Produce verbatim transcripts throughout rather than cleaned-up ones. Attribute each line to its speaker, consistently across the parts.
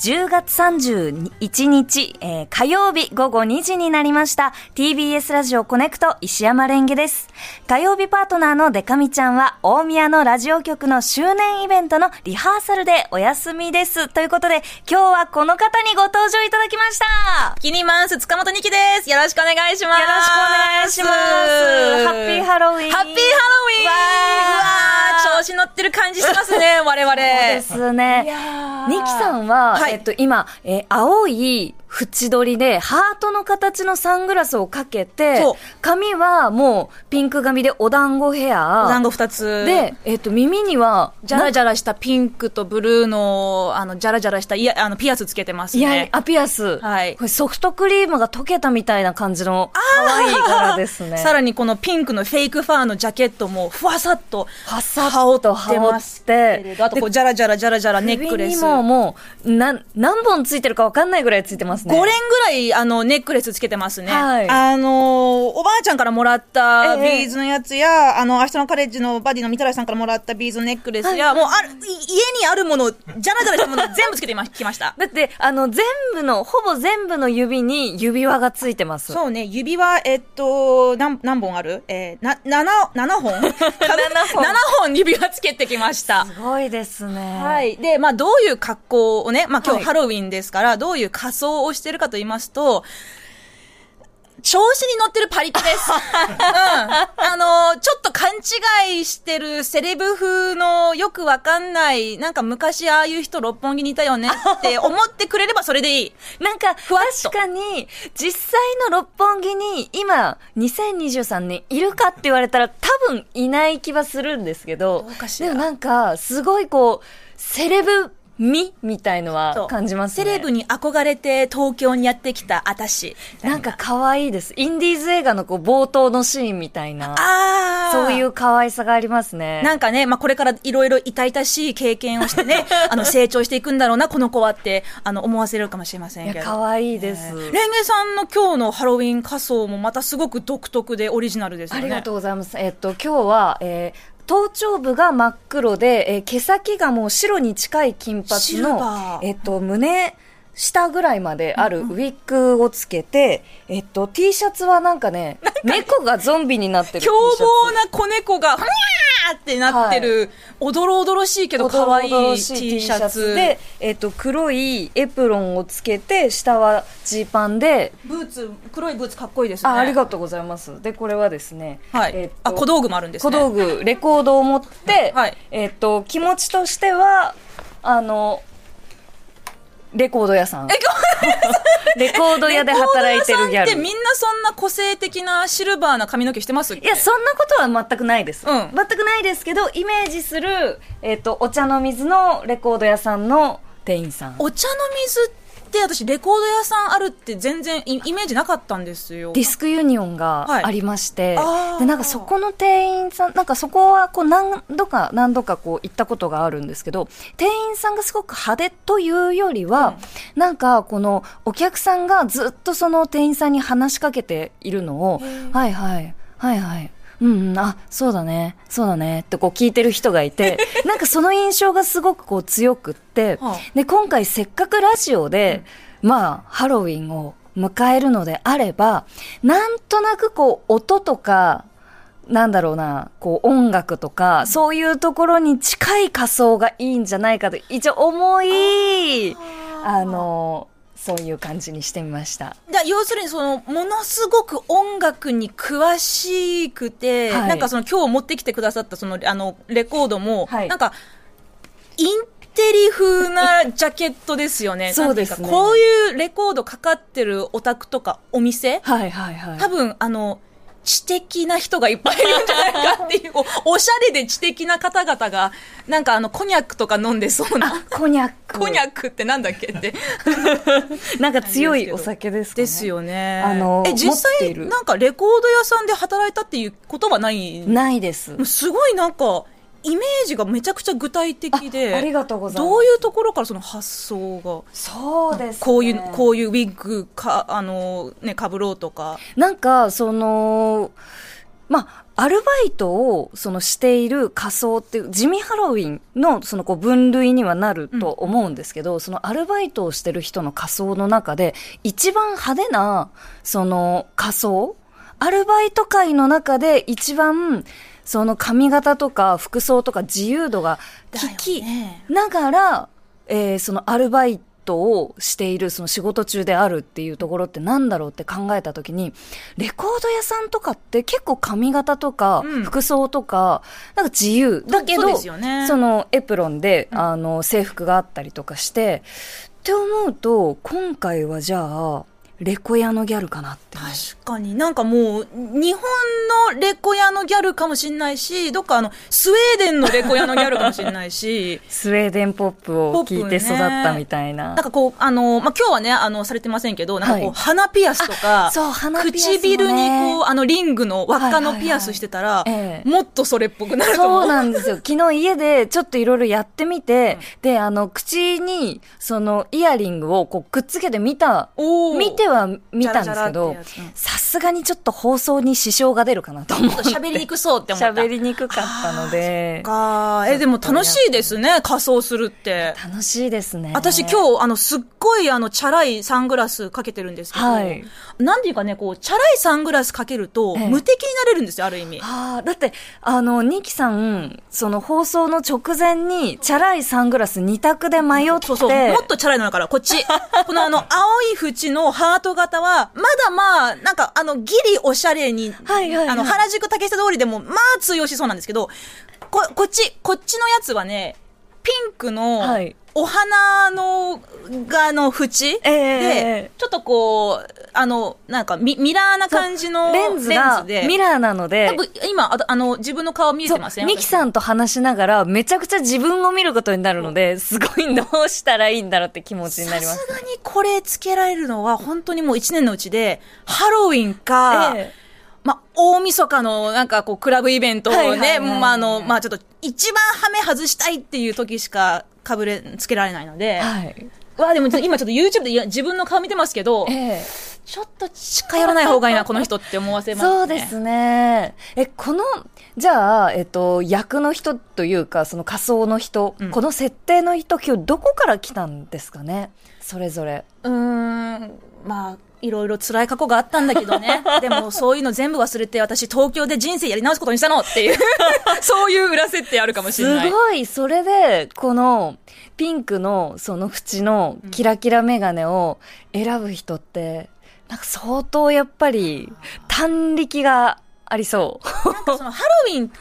Speaker 1: じゅうがつさんじゅういちにち、えー、火曜日午後にじになりました。 ティービーエス ラジオコネクト石山レンゲです。火曜日パートナーのデカミちゃんは大宮のラジオ局の周年イベントのリハーサルでお休みです。ということで今日はこの方にご登場いただきました。
Speaker 2: キニマンス塚本ニキです。よろしくお願いします。
Speaker 1: よろしくお願いします。ハッピーハロウィン。
Speaker 2: ハッピーハロウィン。わー、調子乗ってる感じしますね我々。そう
Speaker 1: ですね。ニキさんは、はい、えっと今、えー、青い縁取りでハートの形のサングラスをかけて、髪はもうピンク髪でお団子ヘア、
Speaker 2: お団子二つ
Speaker 1: で、えっと耳には
Speaker 2: ジャラジャラしたピンクとブルーのあのジャラジャラしたイヤあのピアスつけてますね。
Speaker 1: いや、あ、ピアス、はい、これソフトクリームが溶けたみたいな感じの可愛い柄ですね。
Speaker 2: さらにこのピンクのフェイクファーのジャケットもふわさっと
Speaker 1: はさっと羽織って
Speaker 2: あとこうジャラジャラジャラジャラネックレス、
Speaker 1: 首にももうな何本ついてるか分かんないぐらいついてますね。
Speaker 2: ご連ぐらいあのネックレスつけてますね、
Speaker 1: はい、
Speaker 2: あのおばあちゃんからもらったビーズのやつや、ええ、あの明日のカレッジのバディのみたらしさんからもらったビーズのネックレスや、はい、もうある家にあるものジャラジャラしたもの全部つけてきました
Speaker 1: だってあの全部のほぼ全部の指に指輪がついてます。
Speaker 2: そうね、指輪えっと何, 何本ある、えー、な 7, 7本 7, 本ななほん指輪つけてきました。
Speaker 1: すごいですね。
Speaker 2: はい。で、まあどういう格好をね、まあ今日ハロウィンですから、はい、どういう仮装をしてるかと言いますと、調子に乗ってるパリピです。うん。あのー、ちょっと勘違いしてるセレブ風のよくわかんない、なんか昔ああいう人六本木にいたよねって思ってくれればそれでいい。
Speaker 1: なんか、ふわっと確かに、実際の六本木に今、にせんにじゅうさんねんいるかって言われたら多分いない気はするんですけど、
Speaker 2: どうかしら。
Speaker 1: でもなんか、すごいこう、セレブ、みみたいのは感じますね。
Speaker 2: セレブに憧れて東京にやってきた私
Speaker 1: なんか可愛いです。インディーズ映画のこう冒頭のシーンみたいな、
Speaker 2: あ
Speaker 1: そういう可愛さがありますね。
Speaker 2: なんかね、まあ、これからいろいろ痛々しい経験をしてねあの成長していくんだろうなこの子はってあの思わせるかもしれませんけど。
Speaker 1: いや可愛いです、え
Speaker 2: ー、レンゲさんの今日のハロウィン仮装もまたすごく独特でオリジナルですよね。
Speaker 1: ありがとうございます。えっと今日は、えー頭頂部が真っ黒で、えー、毛先がもう白に近い金髪の、えっと、胸下ぐらいまであるウィッグをつけて、うんうん、えっと、T シャツはなんかね、猫がゾンビになってる T シャツ。
Speaker 2: 凶暴な子猫が、ふにゃーってなってる、はい、おどろおどろしいけど可愛い T シャツ
Speaker 1: で、えっと、黒いエプロンをつけて、下はジーパンで、
Speaker 2: ブーツ、黒いブーツかっこいいですね。
Speaker 1: あ、ありがとうございます。で、これはですね、
Speaker 2: はい。えっと、あ、小道具もあるんですね。
Speaker 1: 小道具、レコードを持って、はい、えっと、気持ちとしては、あの、レコード屋さん。レコード屋で働いてるギャル。レコード屋さんって
Speaker 2: みんなそんな個性的なシルバーな髪の毛してますっけ？
Speaker 1: いや、そんなことは全くないです。
Speaker 2: うん、
Speaker 1: 全くないですけど、イメージする、えっと、お茶の水のレコード屋さんの店員さん。
Speaker 2: お茶の水って私レコード屋さんあるって全然イメージなかったんですよ。
Speaker 1: ディスクユニオンがありまして、
Speaker 2: はい、
Speaker 1: でなんかそこの店員さんなんかそこはこう何度か何度かこう行ったことがあるんですけど、店員さんがすごく派手というよりは、うん、なんかこのお客さんがずっとその店員さんに話しかけているのをはいはいはいはいうんうん、あ、そうだね、そうだねってこう聞いてる人がいて、なんかその印象がすごくこう強くって、はあ、で今回せっかくラジオで、うん、まあハロウィンを迎えるのであれば、なんとなくこう音とかなんだろうな、こう音楽とか、うん、そういうところに近い仮装がいいんじゃないかと一応思い、あ, あの。そういう感じにしてみました。
Speaker 2: だ要するにそのものすごく音楽に詳しくて、はい、なんかその今日持ってきてくださったそのあのレコードも、はい、なんかインテリ風なジャケットですよね。
Speaker 1: そうですね。
Speaker 2: こういうレコードかかってるお宅とかお店、
Speaker 1: はいはいはい、
Speaker 2: 多分あの知的な人がいっぱいいるんじゃないかっていうお, おしゃれで知的な方々がなんかあのコニャックとか飲んでそうな。
Speaker 1: コニャック
Speaker 2: コニャックってなんだっけって
Speaker 1: なんか強いお酒ですかね。
Speaker 2: ですよね。
Speaker 1: あの
Speaker 2: え実際なんかレコード屋さんで働いたっていうことはない
Speaker 1: ないです。
Speaker 2: すごいなんかイメージがめちゃくちゃ具体的で、
Speaker 1: あ, ありがとうございます。
Speaker 2: どういうところからその発想が。
Speaker 1: そうですね、
Speaker 2: こういうこういうウィッグかあのね被ろうとか。
Speaker 1: なんかそのまあ、アルバイトをそのしている仮装っていう地味ハロウィンのそのこう分類にはなると思うんですけど、うん、そのアルバイトをしてる人の仮装の中で一番派手なその仮装、アルバイト界の中で一番その髪型とか服装とか自由度が効きながら、えー、そのアルバイトをしているその仕事中であるっていうところってなんだろうって考えたときに、レコード屋さんとかって結構髪型とか服装とかなんか自由だけど、
Speaker 2: そうですよね、
Speaker 1: そのエプロンであの制服があったりとかして、って思うと今回はじゃあレコ屋のギャルかなって。
Speaker 2: 確かになんかもう日本のレコ屋のギャルかもしれないし、どっかあのスウェーデンのレコ屋のギャルかもしれないし
Speaker 1: スウェーデンポップを聞いて育ったみたいな、
Speaker 2: ね、なんかこうあの、まあ、今日はねあのされてませんけど、なんかこう、はい、鼻ピアスとか、
Speaker 1: そう鼻ピアスもね、
Speaker 2: 唇にこうあのリングの輪っかのピアスしてたら、はいはいはい、ええ、もっとそれっぽくなると思う。
Speaker 1: そうなんですよ。昨日家でちょっといろいろやってみて、うん、であの口にそのイヤリングをこうくっつけてみた見ては見たんですけど、さすがにちょっと放送に支障が出るかなと思って。
Speaker 2: 喋りにくそうって思った。
Speaker 1: 喋りにくかったので。
Speaker 2: かえ、でも楽しいですね、仮装するって。
Speaker 1: 楽しいですね。
Speaker 2: 私今日、あの、すっごい、あの、チャラいサングラスかけてるんですけど、はい、なんていうかね、こう、チャラいサングラスかけると、無敵になれるんですよ、ある意味。
Speaker 1: ああ、だって、あの、ニキさん、その放送の直前に、チャラいサングラスに択で迷って。
Speaker 2: そうそう、もっとチャラいのだから、こっち。このあの、青い縁のハート型は、まだまあ、なんか、あの、ギリおしゃれに、はいはいはい、あの、原宿竹下通りでも、まあ通用しそうなんですけど、こ、こっち、こっちのやつはね、ピンクの、はい、お花の、がの縁、えー、で、ちょっとこう、あの、なんかミ、ミラーな感じのレンズで。
Speaker 1: ミラーなので。
Speaker 2: 多分今、あ, あの、自分の顔見えてません？
Speaker 1: ミキさんと話しながら、めちゃくちゃ自分を見ることになるので、すごいどうしたらいいんだろうって気持ちになります。
Speaker 2: さすがにこれつけられるのは、本当にもう一年のうちで、ハロウィンか、えーま、大晦日のなんかこうクラブイベントをね、はいはいはいはい、まあ、あの、まあ、ちょっと一番ハメ外したいっていう時しかかぶれ、つけられないので、はい。わ、でも今ちょっと YouTube でいや自分の顔見てますけど、ええ、ちょっと近寄らない方がいいな、この人って思わせますね。
Speaker 1: そうですね。え、この、じゃあ、えっと、役の人というか、その仮想の人、うん、この設定の人、今日どこから来たんですかね、それぞれ。
Speaker 2: うーん、まあ、いろいろ辛い過去があったんだけどね。でもそういうの全部忘れて私東京で人生やり直すことにしたのっていうそういう裏設定あるかもしれない。
Speaker 1: すごい。それでこのピンクのその縁のキラキラメガネを選ぶ人ってなんか相当やっぱり胆力がありそう。
Speaker 2: なんかそのハロウィンって、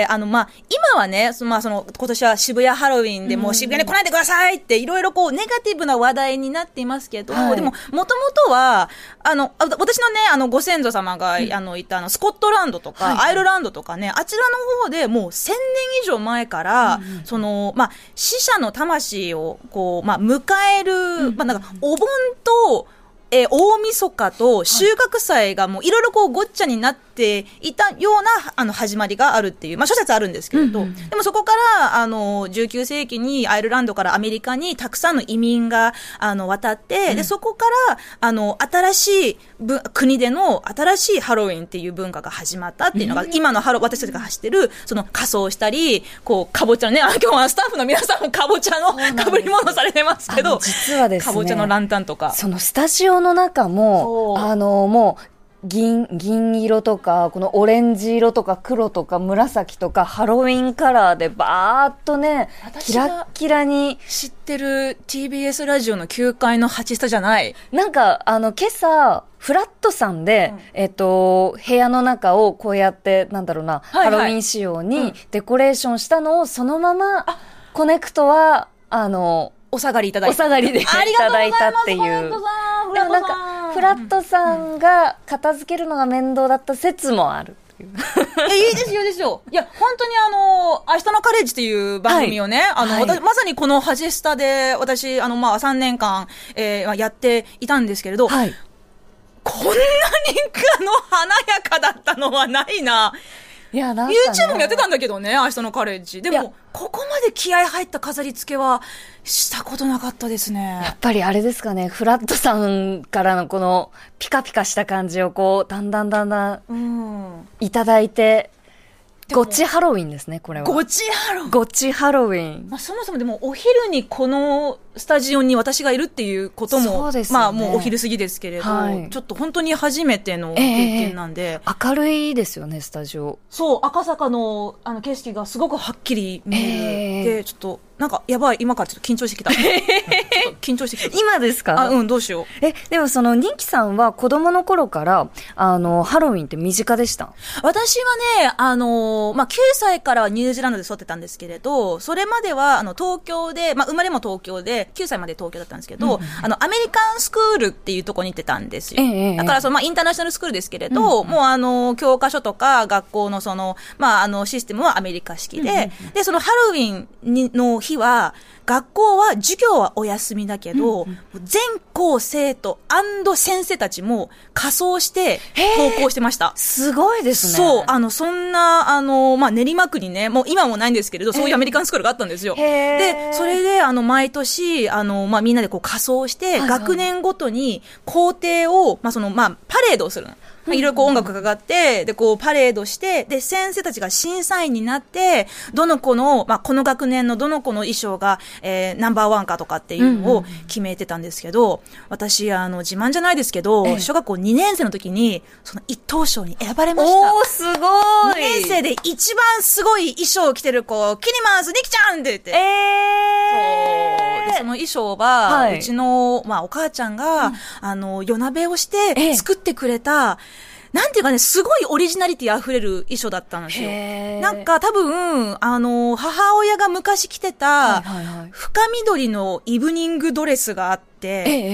Speaker 2: あの、まあ、今はね、そのまあ、その、今年は渋谷ハロウィンでもう渋谷に来ないでくださいっていろいろこう、ネガティブな話題になっていますけど、はい、でも、もともとは、あの、私のね、あの、ご先祖様が、うん、あの、いたあの、スコットランドとか、はい、アイルランドとかね、あちらの方でもうせんねん以上前から、うん、その、まあ、死者の魂を、こう、まあ、迎える、うん、まあ、なんか、お盆と、えー、大晦日と収穫祭がもういろいろこうごっちゃになっていたようなあの始まりがあるっていう、まあ諸説あるんですけれど、うんうん、でもそこからあのじゅうきゅうせいきにアイルランドからアメリカにたくさんの移民があの渡って、うん、でそこからあの新しい国での新しいハロウィンっていう文化が始まったっていうのが、うん、今のハロ私たちが走ってるその仮装したりこうかぼちゃのね、あ今日はスタッフの皆さんかぼちゃのかぶり物されてますけど、
Speaker 1: 実はですね、
Speaker 2: かぼちゃのランタンとか
Speaker 1: そのスタジオの中もあのもう銀、銀色とかこのオレンジ色とか黒とか紫とかハロウィンカラーでバーっとねキラッキラに
Speaker 2: 知ってる ティービーエス ラジオのきゅうかいのはちスタじゃない、
Speaker 1: なんかあの今朝フラットさんで、うん、えっと部屋の中をこうやってなんだろうな、はいはい、ハロウィン仕様にデコレーションしたのをそのまま、うん、コネクトはあの
Speaker 2: お下がりいただいた。
Speaker 1: お下がりでいただいたっていう。でもなんか、フラットさんが片付けるのが面倒だった説もあるっていう。
Speaker 2: いいですよ、いいですよ。いや、本当にあの、明日のカレッジっていう番組をね、はい、あの、はい、私、まさにこのハジスタで、私、あの、まあ、さんねんかん、えー、やっていたんですけれど、はい、こんなにあの、華やかだったのはないな。いや、なんかね、YouTube もやってたんだけどね、明日のカレッジ。でも、 ここまで気合入った飾り付けはしたことなかったですね。
Speaker 1: やっぱりあれですかね、フラットさんからのこのピカピカした感じをこう、だんだんだんだん、うん、いただいて、ゴチハロウィンですね、これは。
Speaker 2: ゴチハロウィン。
Speaker 1: ゴチハロウィン。
Speaker 2: まあ、そもそもでもお昼にこのスタジオに私がいるっていうことも、そうですね、まあもうお昼過ぎですけれど、はい、ちょっと本当に初めての経験なんで、
Speaker 1: えー、明るいですよね、スタジオ。
Speaker 2: そう、赤坂のあの景色がすごくはっきり見える、えー、で、ちょっと、なんか、やばい、今からちょっと緊張してきた。ちょっと緊張してきた。
Speaker 1: 今ですか？
Speaker 2: あ、うん、どうしよう。
Speaker 1: え、でもその、ニキさんは子供の頃から、あの、ハロウィンって身近でした？
Speaker 2: 私はね、あの、まあ、きゅうさいからはニュージーランドで育ってたんですけれど、それまでは、あの、東京で、まあ、生まれも東京で、きゅうさいまで東京だったんですけど、うんうん、あの、アメリカンスクールっていうところに行ってたんですよ。ええ、だから、その、まあ、インターナショナルスクールですけれど、うんうん、もう、あの、教科書とか、学校のその、まあ、あの、システムはアメリカ式で、うんうんうん、で、そのハロウィンにの日は、学校は授業はお休みだけど、うんうん、全校生徒&先生たちも仮装して登校してました。
Speaker 1: すごいですね。
Speaker 2: そう、あの、そんな、あの、まあ、練馬区にね、もう今もないんですけれど、そういうアメリカンスクールがあったんですよ。で、それで、あの、毎年、あの、まあ、みんなでこう仮装して、はいはい、学年ごとに校庭を、まあ、その、まあ、パレードをするの。いろいろこう音楽がかかって、で、こうパレードして、で、先生たちが審査員になって、どの子の、まあ、この学年のどの子の衣装が、えー、ナンバーワンかとかっていうのを決めてたんですけど、私、あの、自慢じゃないですけど、小学校にねん生の時に、その一等賞に選ばれました。
Speaker 1: おー、すごい !に
Speaker 2: 年生で一番すごい衣装を着てる子、キリマンス、ニキちゃんって言って。えー、そう。で、その衣装は、はい、うちの、まあ、お母ちゃんが、うん、あの、夜鍋をして作ってくれた、なんていうかね、すごいオリジナリティ溢れる衣装だったんですよ。なんか多分、あの、母親が昔着てた、深緑のイブニングドレスがあって、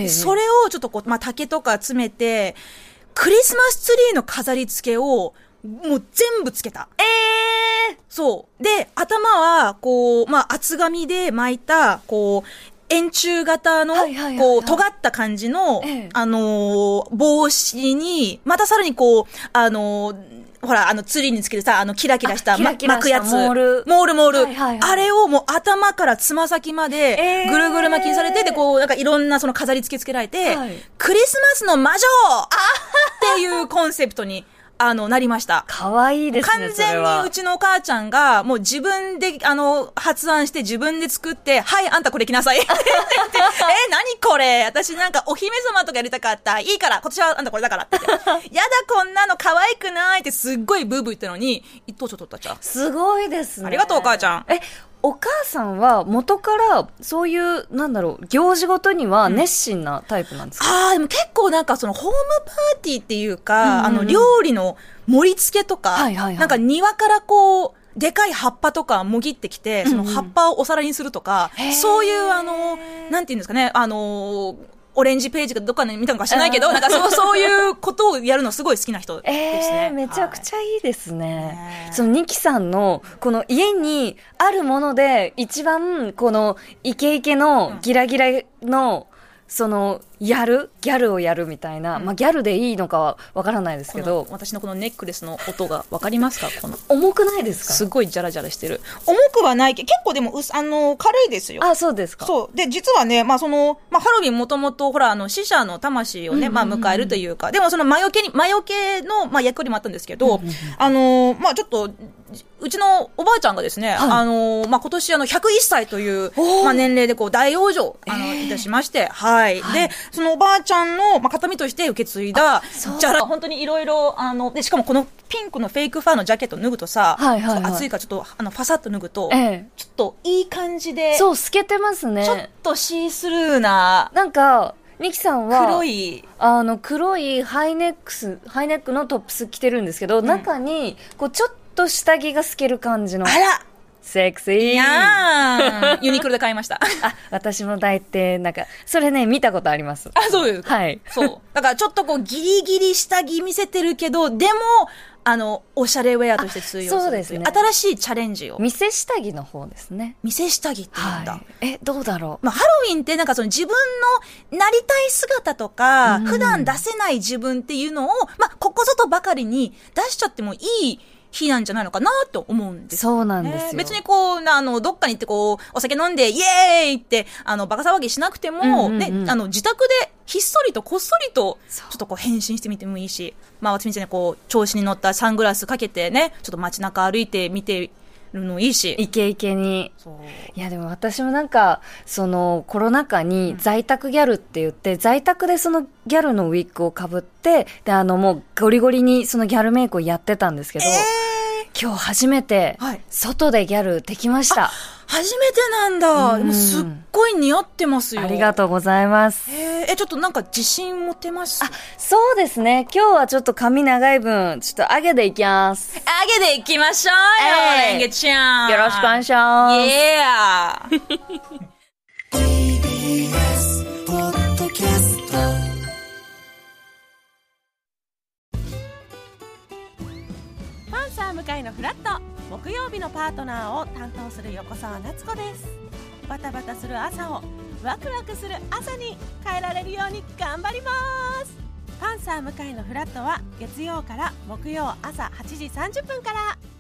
Speaker 2: それをちょっとこう、まあ、竹とか詰めて、クリスマスツリーの飾り付けを、もう全部つけた。えー、そう。で、頭は、こう、まあ、厚紙で巻いた、こう、円柱型の、こう、尖った感じの、ええ、あのー、帽子に、またさらにこう、あのー、ほら、あの、ツリーにつけるさ、あの、キラキラした、ま、巻くやつ。モール。モールモール、はいはいはい。あれをもう頭からつま先まで、ぐるぐる巻きにされて、で、こう、なんかいろんなその飾り付けつけられて、はい、クリスマスの魔女っていうコンセプトに、あの、なりました。
Speaker 1: かわいいですね。
Speaker 2: 完全にうちのお母ちゃんが、もう自分で、あの、発案して自分で作って、はい、あんたこれ着なさい。え、何これ私なんかお姫様とかやりたかった。いいから、今年はあんたこれだからって言って。やだ、こんなの可愛くないってすっごいブーブー言ったのに、一等賞取ったじゃん。
Speaker 1: すごいですね。
Speaker 2: ありがとう、お母ちゃん。
Speaker 1: え、お母さんは元からそういう、なんだろう、行事ごとには熱心なタイプなんですか？
Speaker 2: うん、ああ、でも結構なんかそのホームパーティーっていうか、うんうんうん、あの料理の盛り付けとか、はいはいはい、なんか庭からこう、でかい葉っぱとかもぎってきて、その葉っぱをお皿にするとか、うんうん、そういうあの、なんていうんですかね、あの、オレンジページかどっかで見たのか知らないけど、なんかそう、そういうことをやるのすごい好きな人ですね。
Speaker 1: えー、めちゃくちゃいいですね。はい、そのニキさんの、この家にあるもので一番、このイケイケのギラギラの、その、やるギャルをやるみたいな、うん、まあギャルでいいのかはわからないですけど、
Speaker 2: 私のこのネックレスの音がわかりますか？この
Speaker 1: 重くないですか？
Speaker 2: すごいジャラジャラしてる。重くはないけど、結構でもうあの軽いですよ。
Speaker 1: あ、そうですか。
Speaker 2: そうで、実はね、まあそのまあハロウィンもともとほらあの死者の魂をね、うんうんうん、まあ迎えるというか、でもその魔除けに魔除けのまあ役割もあったんですけど、うんうんうん、あのまあちょっとうちのおばあちゃんがですね、はい、あのまあ今年あのひゃくいっさいというまあ年齢でこう大往生あの、えー、いたしまして、はい、はい、でそのおばあちゃんの、まあ、形見として受け継いだじゃら、本当にいろいろあのでしかもこのピンクのフェイクファーのジャケットを脱ぐとさ、はいはいはい、暑いからちょっとあのファサッと脱ぐと、ええ、ちょっといい感じで、
Speaker 1: そう透けてますね。
Speaker 2: ちょっとシースルーな、
Speaker 1: なんかニキさんは
Speaker 2: 黒い
Speaker 1: あの黒いハイネックスハイネックのトップス着てるんですけど、うん、中にこうちょっと下着が透ける感じの、
Speaker 2: あら
Speaker 1: セクシー。い
Speaker 2: やーユニクロで買いました。
Speaker 1: あ、私も大抵、なんか、それね、見たことあります。
Speaker 2: あ、そうですか。
Speaker 1: はい。
Speaker 2: そう。だからちょっとこう、ギリギリ下着見せてるけど、でも、あの、おしゃれウェアとして通用する。
Speaker 1: そうですね。
Speaker 2: 新しいチャレンジを。
Speaker 1: 店下着の方ですね。
Speaker 2: 店下着って言うんだ。はい、
Speaker 1: え、どうだろう。
Speaker 2: まあ、ハロウィンってなんかその自分のなりたい姿とか、うん、普段出せない自分っていうのを、まあ、ここぞとばかりに出しちゃってもいい日なんじゃないのかなと思うんです。
Speaker 1: そうなんですよ。
Speaker 2: えー、別にこう、あの、どっかに行ってこう、お酒飲んで、イエーイって、あの、バカ騒ぎしなくても、うんうんうん、ね、あの、自宅でひっそりとこっそりと、ちょっとこう、変身してみてもいいし、まあ、私みたいにこう、調子に乗ったサングラスかけてね、ちょっと街中歩いてみて、るのいいし
Speaker 1: イケイケに。
Speaker 2: そう
Speaker 1: いやでも私もなんかそのコロナ禍に在宅ギャルって言って、うん、在宅でそのギャルのウィッグをかぶってであのもうゴリゴリにそのギャルメイクをやってたんですけど、えー、今日初めて外でギャルできました、はい、
Speaker 2: 初めてなんだ、うん、でもすっごい似合ってますよ。
Speaker 1: ありがとうございます。
Speaker 2: えー、えちょっとなんか自信持てます。
Speaker 1: あ、そうですね。今日はちょっと髪長い分ちょっと上げでいきます。
Speaker 2: 上げでいきましょうよ、レンゲちゃん。
Speaker 1: よろしくお願いします。
Speaker 2: イエーティービーエス ポッドキャスト。
Speaker 3: パンサー向井のフラット、木曜日のパートナーを担当する横澤夏子です。バタバタする朝をワクワクする朝に変えられるように頑張ります。パンサー向井のフラットは月曜から木曜朝はちじさんじゅっぷんから。